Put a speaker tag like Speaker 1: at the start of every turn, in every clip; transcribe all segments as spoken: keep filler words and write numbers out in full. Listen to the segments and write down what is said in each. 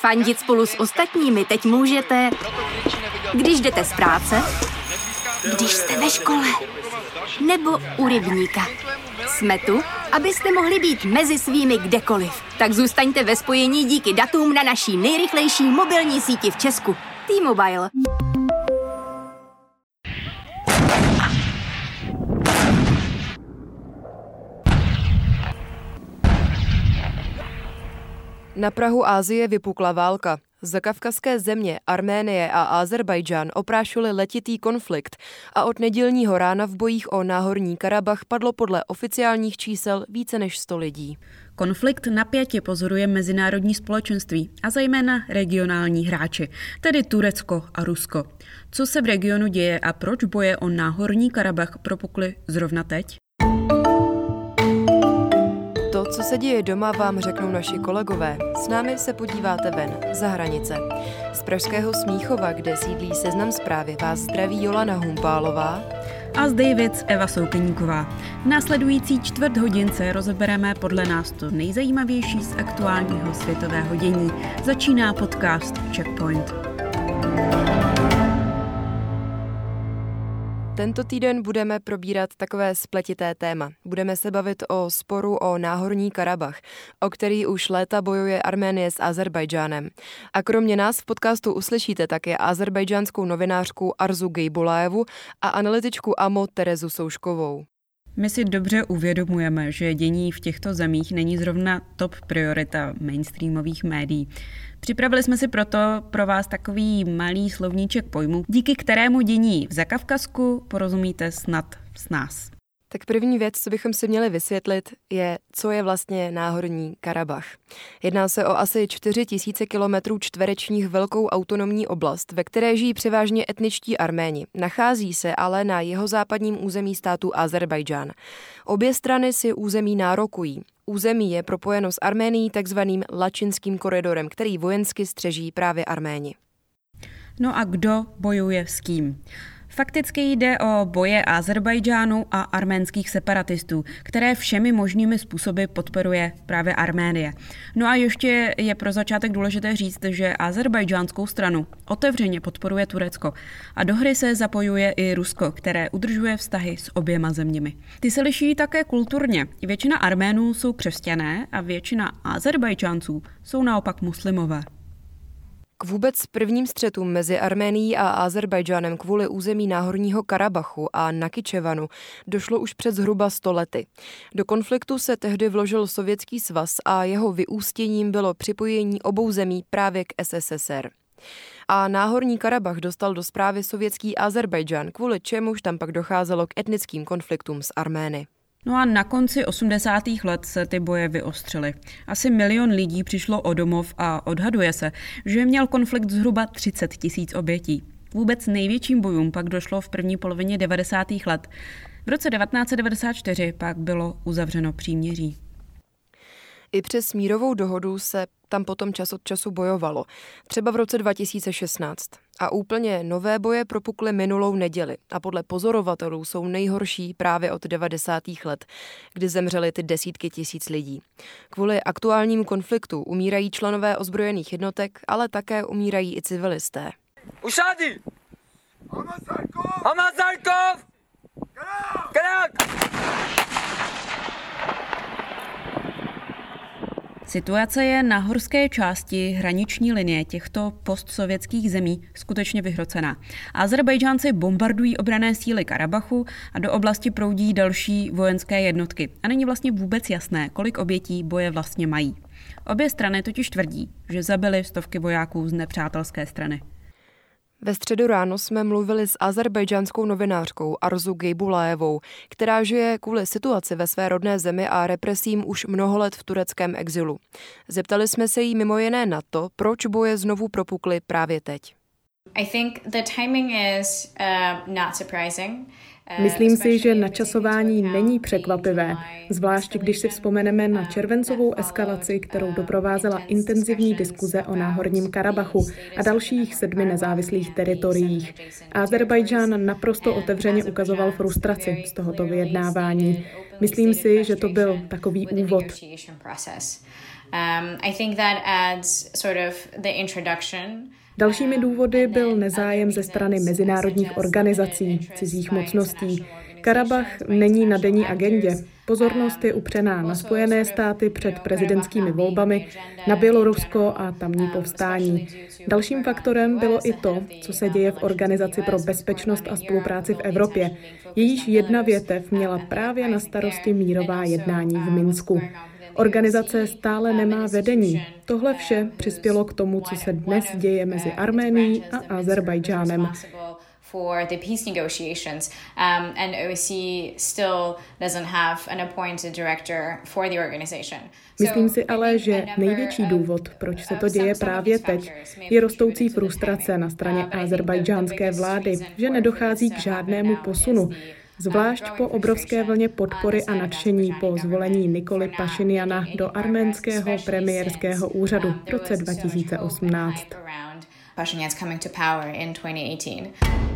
Speaker 1: Fandit spolu s ostatními teď můžete, když jdete z práce, když jste ve škole, nebo u rybníka. Jsme tu, abyste mohli být mezi svými kdekoliv. Tak zůstaňte ve spojení díky datům na naší nejrychlejší mobilní síti v Česku. T-Mobile.
Speaker 2: Na prahu Asie vypukla válka. Zakavkazské země Arménie a Ázerbájdžán oprášili letitý konflikt a od nedělního rána v bojích o Náhorní Karabach padlo podle oficiálních čísel více než sto lidí.
Speaker 3: Konflikt napjatě pozoruje mezinárodní společenství a zejména regionální hráči, tedy Turecko a Rusko. Co se v regionu děje a proč boje o Náhorní Karabach propukly zrovna teď?
Speaker 2: To, co se děje doma, vám řeknou naši kolegové. S námi se podíváte ven, za hranice. Z pražského Smíchova, kde sídlí Seznam Zprávy, vás zdraví Jolana Humpálová
Speaker 3: a z Davids Eva Soukeníková. V následující čtvrt hodince rozebereme podle nás to nejzajímavější z aktuálního světového dění. Začíná podcast Checkpoint.
Speaker 2: Tento týden budeme probírat takové spletité téma. Budeme se bavit o sporu o Náhorní Karabach, o který už léta bojuje Arménie s Ázerbájdžánem. A kromě nás v podcastu uslyšíte také ázerbájdžánskou novinářku Arzu Gejbulajevu a analytičku A M O Terezu Souškovou.
Speaker 3: My si dobře uvědomujeme, že dění v těchto zemích není zrovna top priorita mainstreamových médií. Připravili jsme si proto pro vás takový malý slovníček pojmů, díky kterému dění v Zakavkazsku porozumíte snad s nás.
Speaker 2: Tak první věc, co bychom si měli vysvětlit, je, co je vlastně Náhorní Karabach. Jedná se o asi čtyři tisíce kilometrů čtverečních velkou autonomní oblast, ve které žijí převážně etničtí Arméni. Nachází se ale na jihozápadním území státu Ázerbájdžán. Obě strany si území nárokují. Území je propojeno s Arménií takzvaným Lačinským koridorem, který vojensky střeží právě Arméni.
Speaker 3: No a kdo bojuje s kým? Fakticky jde o boje Ázerbájdžánu a arménských separatistů, které všemi možnými způsoby podporuje právě Arménie. No a ještě je pro začátek důležité říct, že ázerbájdžánskou stranu otevřeně podporuje Turecko a do hry se zapojuje i Rusko, které udržuje vztahy s oběma zeměmi. Ty se liší také kulturně. Většina Arménů jsou křesťané a většina Ázerbájdžánců jsou naopak muslimové.
Speaker 2: K vůbec prvním střetům mezi Arménií a Ázerbájdžánem kvůli území Náhorního Karabachu a Nakyčevanu došlo už před zhruba sto lety. Do konfliktu se tehdy vložil Sovětský svaz a jeho vyústěním bylo připojení obou zemí právě k S S S R. A Náhorní Karabach dostal do správy sovětský Ázerbájdžán, kvůli čemuž tam pak docházelo k etnickým konfliktům s Armény.
Speaker 3: No a na konci osmdesátých let se ty boje vyostřily. Asi milion lidí přišlo o domov a odhaduje se, že měl konflikt zhruba třicet tisíc obětí. Vůbec největším bojům pak došlo v první polovině devadesátých let. V roce devatenáct set devadesát čtyři pak bylo uzavřeno příměří.
Speaker 2: I přes mírovou dohodu se tam potom čas od času bojovalo. Třeba v roce dva tisíce šestnáct. A úplně nové boje propukly minulou neděli. A podle pozorovatelů jsou nejhorší právě od devadesátých let, kdy zemřely ty desítky tisíc lidí. Kvůli aktuálnímu konfliktu umírají členové ozbrojených jednotek, ale také umírají i civilisté.
Speaker 4: Ušádi! Hamazarkov! Krak!
Speaker 3: Situace je na horské části hraniční linie těchto postsovětských zemí skutečně vyhrocená. Ázerbájdžánci bombardují obranné síly Karabachu a do oblasti proudí další vojenské jednotky. A není vlastně vůbec jasné, kolik obětí boje vlastně mají. Obě strany totiž tvrdí, že zabili stovky vojáků z nepřátelské strany.
Speaker 2: Ve středu ráno jsme mluvili s ázerbájdžánskou novinářkou Arzu Gejbulajevou, která žije kvůli situaci ve své rodné zemi a represím už mnoho let v tureckém exilu. Zeptali jsme se jí mimo jiné na to, proč boje znovu propukly právě teď.
Speaker 5: I think the timing is uh, not surprising.
Speaker 6: Myslím si, že načasování není překvapivé, zvlášť když si vzpomeneme na červencovou eskalaci, kterou doprovázela intenzivní diskuze o Náhorním Karabachu a dalších sedmi nezávislých teritoriích. Ázerbájdžán naprosto otevřeně ukazoval frustraci z tohoto vyjednávání. Myslím si, že to byl takový úvod.
Speaker 5: Um, I think that adds sort of the introduction.
Speaker 6: Dalšími důvody byl nezájem ze strany mezinárodních organizací, cizích mocností. Karabach není na denní agendě. Pozornost je upřená na Spojené státy před prezidentskými volbami, na Bělorusko a tamní povstání. Dalším faktorem bylo i to, co se děje v Organizaci pro bezpečnost a spolupráci v Evropě. Jejíž jedna větev měla právě na starosti mírová jednání v Minsku. Organizace stále nemá vedení. Tohle vše přispělo k tomu, co se dnes děje mezi Arménií a Azerbajdžánem.
Speaker 5: For the peace negotiations, um, and O S C E still doesn't have an appointed director for the organization.
Speaker 6: Myslím si ale, že největší důvod, proč se to děje právě teď, je rostoucí frustrace na straně azerbajdžánské vlády, že nedochází k žádnému posunu. Zvlášť po obrovské vlně podpory a nadšení po zvolení Nikoly Pašinjana do arménského premiérského úřadu v roce dva tisíce osmnáct.
Speaker 5: Pashinyan's coming to power in twenty eighteen.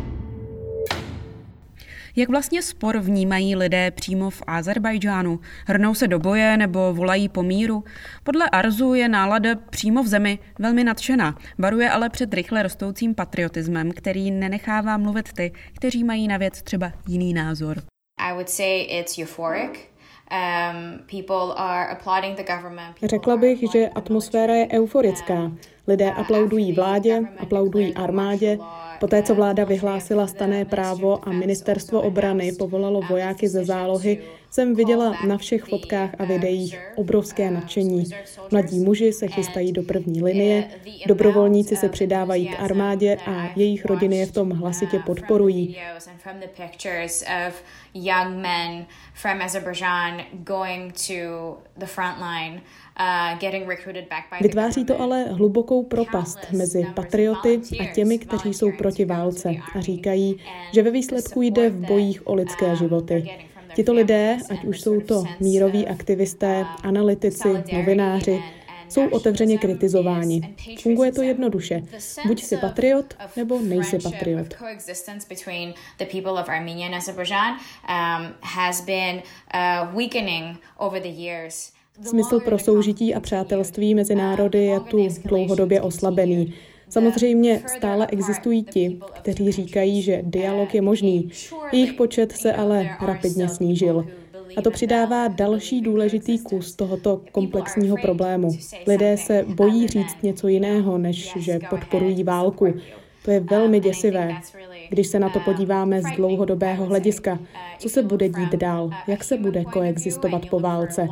Speaker 3: Jak vlastně spor vnímají lidé přímo v Azerbajdžánu? Hrnou se do boje nebo volají po míru? Podle Arzu je nálada přímo v zemi velmi nadšená. Varuje ale před rychle rostoucím patriotismem, který nenechává mluvit ty, kteří mají na věc třeba jiný názor.
Speaker 5: I would say it's euphoric. Um, people are applauding the government.
Speaker 6: Řekla bych, že atmosféra je euforická. Lidé aplaudují vládě, aplaudují armádě. Poté, co vláda vyhlásila stanné právo a ministerstvo obrany povolalo vojáky ze zálohy, jsem viděla na všech fotkách a videích obrovské nadšení. Mladí muži se chystají do první linie, dobrovolníci se přidávají k armádě a jejich rodiny je v tom hlasitě podporují.
Speaker 5: Young men from Azerbaijan going to the front line, uh, getting recruited back by.
Speaker 6: Vytváří to ale hlubokou propast mezi patrioty a těmi, kteří jsou proti válce a říkají, že ve výsledku jde v bojích o lidské životy. Tito lidé, ať už jsou to míroví aktivisté, analytici, novináři, jsou otevřeně kritizováni. Funguje to jednoduše. Buď jsi patriot, nebo nejsi patriot. Smysl pro soužití a přátelství mezi národy je tu dlouhodobě oslabený. Samozřejmě stále existují ti, kteří říkají, že dialog je možný. Jejich počet se ale rapidně snížil. A to přidává další důležitý kus tohoto komplexního problému. Lidé se bojí říct něco jiného, než že podporují válku. To je velmi děsivé. Když se na to podíváme z dlouhodobého hlediska, co se bude dít dál, jak se bude koexistovat po válce.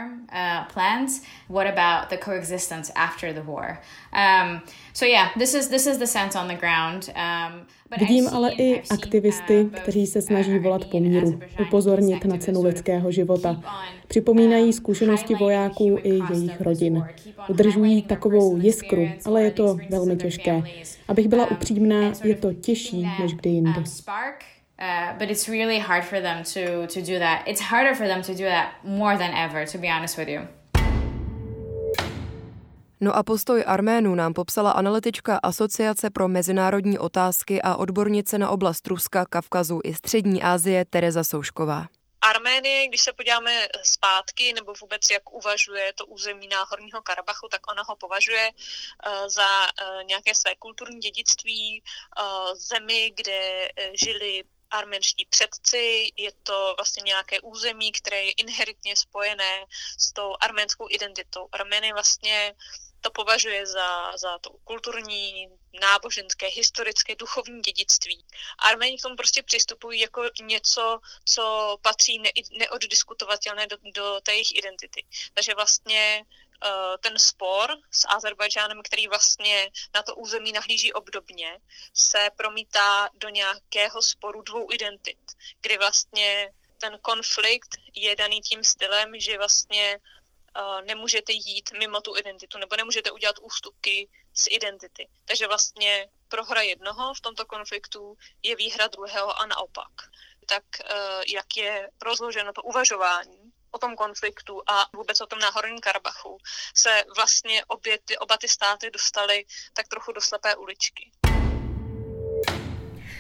Speaker 6: Vidím ale i aktivisty, kteří se snaží volat po míru, upozornit na cenu lidského života. Připomínají zkušenosti vojáků i jejich rodin. Udržují takovou jiskru, ale je to velmi těžké. Abych byla upřímná, je to těžší než kdy jindy.
Speaker 5: Uh, but it's really hard for them to to do that. It's harder for them to do that more than ever, to be honest with you.
Speaker 2: No a postoj Arménů nám popsala analytička Asociace pro mezinárodní otázky a odbornice na oblast Ruska, Kavkazu i Střední Asie Tereza Soušková.
Speaker 7: Arménie, když se podíváme zpátky, nebo vůbec jak uvažuje to území Náhorního Karabachu, tak ona ho považuje uh, za uh, nějaké své kulturní dědictví, uh, zemi, kde uh, žili arménští předci, je to vlastně nějaké území, které je inheritně spojené s tou arménskou identitou. Arménie vlastně to považuje za, za to kulturní, náboženské, historické, duchovní dědictví. Arméni k tomu prostě přistupují jako něco, co patří ne, neoddiskutovatelné do, do té jejich identity. Takže vlastně uh, ten spor s Azerbajdžánem, který vlastně na to území nahlíží obdobně, se promítá do nějakého sporu dvou identit, kdy vlastně ten konflikt je daný tím stylem, že vlastně Uh, nemůžete jít mimo tu identitu, nebo nemůžete udělat ústupky z identity. Takže vlastně prohra jednoho v tomto konfliktu je výhra druhého a naopak. Tak uh, jak je rozloženo to uvažování o tom konfliktu a vůbec o tom Náhorním Karabachu, se vlastně obě ty, oba ty státy dostaly tak trochu do slepé uličky.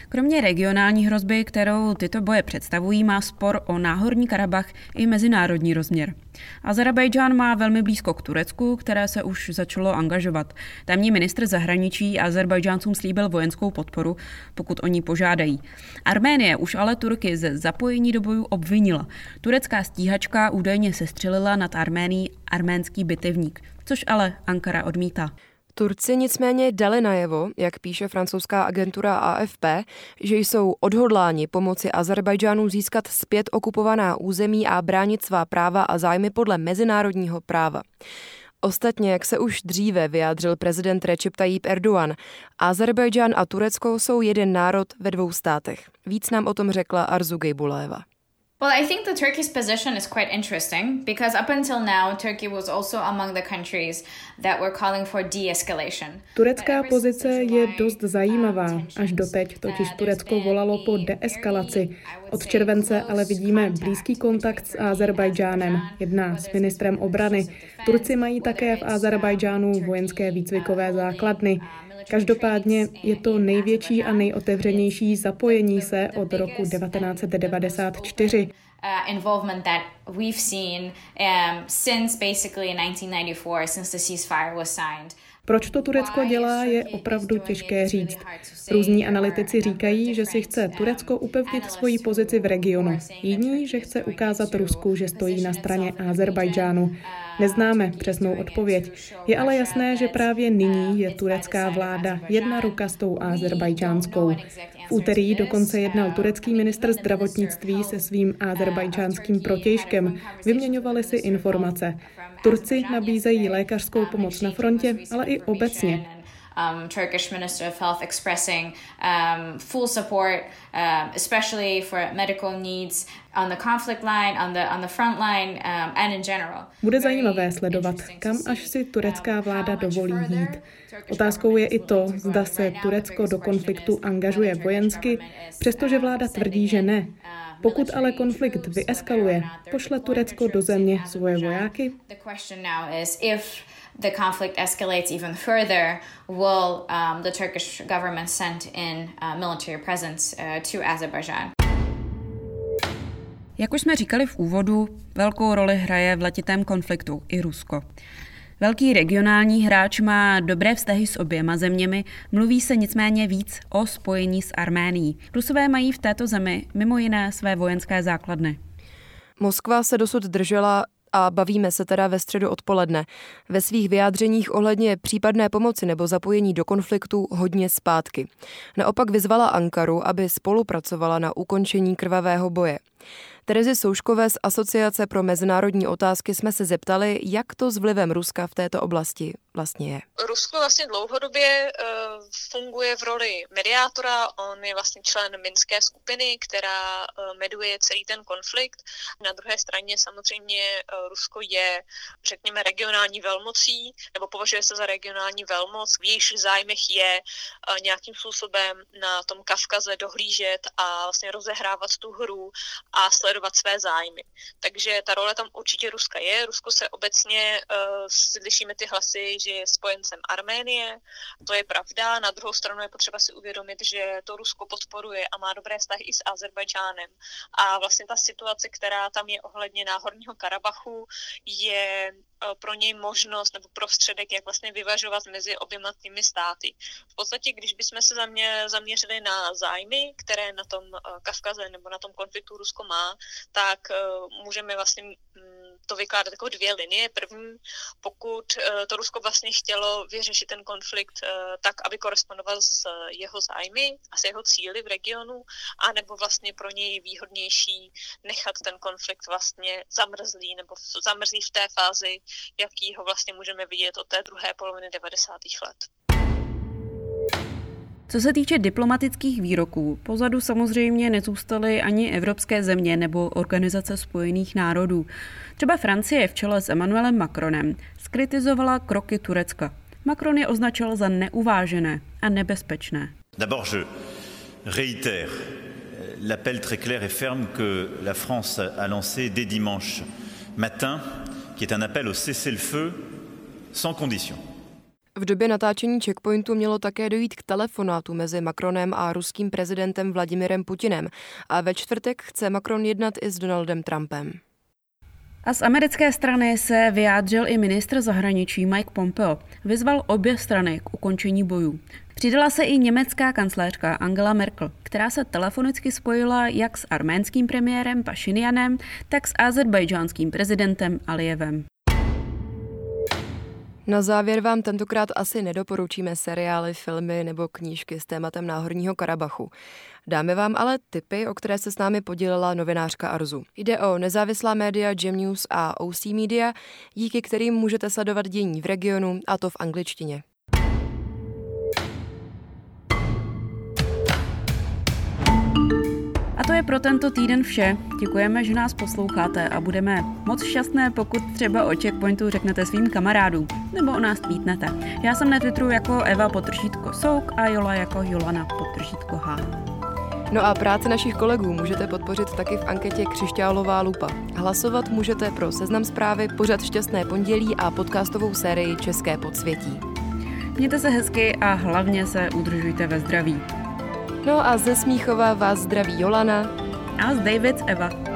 Speaker 3: Kromě regionální hrozby, kterou tyto boje představují, má spor o Náhorní Karabach i mezinárodní rozměr. Azerbajdžán má velmi blízko k Turecku, které se už začalo angažovat. Tamní ministr zahraničí Azerbajdžáncům slíbil vojenskou podporu, pokud o ní požádají. Arménie už ale Turky ze zapojení do bojů obvinila. Turecká stíhačka údajně sestřelila nad Arménií arménský bitevník, což ale Ankara odmítá.
Speaker 2: Turci nicméně dali najevo, jak píše francouzská agentura A F P, že jsou odhodláni pomoci Azerbajdžánu získat zpět okupovaná území a bránit svá práva a zájmy podle mezinárodního práva. Ostatně, jak se už dříve vyjádřil prezident Recep Tayyip Erdogan, Azerbajdžán a Turecko jsou jeden národ ve dvou státech. Víc nám o tom řekla Arzu Gejbulayeva.
Speaker 5: Well, I think the Turkish position is quite interesting because up until now, Turkey was also among the countries that were calling for de-escalation.
Speaker 6: Turecká pozice je dost zajímavá. Až doteď totiž Turecko volalo po deeskalaci. Od července ale vidíme blízký kontakt s Azerbajdžánem, jedná s ministrem obrany. Turci mají také v Azerbajdžánu vojenské výcvikové základny. Každopádně je to největší a nejotevřenější zapojení se od roku devatenáct set devadesát čtyři.
Speaker 5: Uh, involvement that we've seen um, since basically in nineteen ninety-four, since the ceasefire was signed.
Speaker 6: Proč to Turecko dělá, je opravdu těžké říct. Různí analytici říkají, že si chce Turecko upevnit svoji pozici v regionu. Jiní, že chce ukázat Rusku, že stojí na straně Azerbajdžánu. Neznáme přesnou odpověď. Je ale jasné, že právě nyní je turecká vláda jedna ruka s tou azerbajdžánskou. V úterý dokonce jednal turecký ministr zdravotnictví se svým azerbajdžánským protějškem. Vyměňovali si informace. Turci nabízejí lékařskou pomoc na frontě, ale i obecně.
Speaker 5: Um, Turkish Minister of Health expressing um, full support, um, especially for medical needs on the conflict line, on the on the front line, um, and in general.
Speaker 6: Bude zajímavé sledovat, kam až si turecká vláda dovolí jít. Otázkou je i to, zda se Turecko do konfliktu angažuje vojensky, přestože vláda tvrdí, že ne. Pokud ale konflikt vyeskaluje, pošle Turecko do země svoje vojáky?
Speaker 5: The conflict escalates even further, will um, the Turkish government send in uh, military presence uh, to Azerbaijan.
Speaker 3: Jak už jsme říkali v úvodu, velkou roli hraje v letitém konfliktu i Rusko. Velký regionální hráč má dobré vztahy s oběma zeměmi, mluví se nicméně víc o spojení s Arménií. Rusové mají v této zemi mimo jiné své vojenské základny.
Speaker 2: Moskva se dosud držela a bavíme se teda ve středu odpoledne. Ve svých vyjádřeních ohledně případné pomoci nebo zapojení do konfliktu hodně zpátky. Naopak vyzvala Ankaru, aby spolupracovala na ukončení krvavého boje. Terezy Souškové z Asociace pro mezinárodní otázky jsme se zeptali, jak to s vlivem Ruska v této oblasti vlastně je.
Speaker 7: Rusko vlastně dlouhodobě uh, funguje v roli mediátora, on je vlastně člen minské skupiny, která uh, meduje celý ten konflikt. Na druhé straně samozřejmě uh, Rusko je, řekněme, regionální velmocí, nebo považuje se za regionální velmoc, v jejíž zájmech je uh, nějakým způsobem na tom Kavkaze dohlížet a vlastně rozehrávat tu hru a sledovat své zájmy. Takže ta role tam určitě Ruska je. Rusko se obecně uh, slyšíme ty hlasy, že je spojencem Arménie. To je pravda. Na druhou stranu je potřeba si uvědomit, že to Rusko podporuje a má dobré vztahy i s Azerbajdžánem. A vlastně ta situace, která tam je ohledně Náhorního Karabachu, je pro něj možnost nebo prostředek, jak vlastně vyvažovat mezi oběma těmi státy. V podstatě, když bychom se zamě, zaměřili na zájmy, které na tom Kavkaze nebo na tom konfliktu Rusko má, tak uh, můžeme vlastně um, to vykládat jako dvě linie. První, pokud uh, to Rusko vlastně chtělo vyřešit ten konflikt uh, tak, aby korespondoval s uh, jeho zájmy a s jeho cíli v regionu, anebo vlastně pro něj výhodnější nechat ten konflikt vlastně zamrzlý nebo zamrzlý v té fázi, jaký ho vlastně můžeme vidět od té druhé poloviny devadesátých let.
Speaker 3: Co se týče diplomatických výroků, pozadu samozřejmě nezůstaly ani evropské země nebo Organizace spojených národů. Třeba Francie v čele s Emmanuelem Macronem zkritizovala kroky Turecka. Macron je označil za neuvážené a nebezpečné.
Speaker 8: D'abord, je réitère l'appel très clair et ferme que la France a lancé dès dimanche matin, qui est un appel au cessez-le-feu sans condition.
Speaker 2: V době natáčení Checkpointu mělo také dojít k telefonátu mezi Macronem a ruským prezidentem Vladimirem Putinem a ve čtvrtek chce Macron jednat i s Donaldem Trumpem.
Speaker 3: A z americké strany se vyjádřil i ministr zahraničí Mike Pompeo. Vyzval obě strany k ukončení bojů. Přidala se i německá kancléřka Angela Merkel, která se telefonicky spojila jak s arménským premiérem Pašinjanem, tak s azerbajdžánským prezidentem Alijevem.
Speaker 2: Na závěr vám tentokrát asi nedoporučíme seriály, filmy nebo knížky s tématem Náhorního Karabachu. Dáme vám ale tipy, o které se s námi podělila novinářka Arzu. Jde o nezávislá média Gem News a O C Media, díky kterým můžete sledovat dění v regionu, a to v angličtině.
Speaker 3: A to je pro tento týden vše. Děkujeme, že nás posloucháte a budeme moc šťastné, pokud třeba o Checkpointu řeknete svým kamarádům nebo o nás tweetnete. Já jsem na Twitteru jako Eva podtržítko Souk a Jola jako Jolana podtržítko H.
Speaker 2: No a práce našich kolegů můžete podpořit taky v anketě Křišťálová lupa. Hlasovat můžete pro Seznam Zprávy, pořad Šťastné pondělí a podcastovou sérii České podsvětí.
Speaker 3: Mějte se hezky a hlavně se udržujte ve zdraví.
Speaker 2: No a ze Smíchova vás zdraví Jolana
Speaker 3: a z Davids Eva.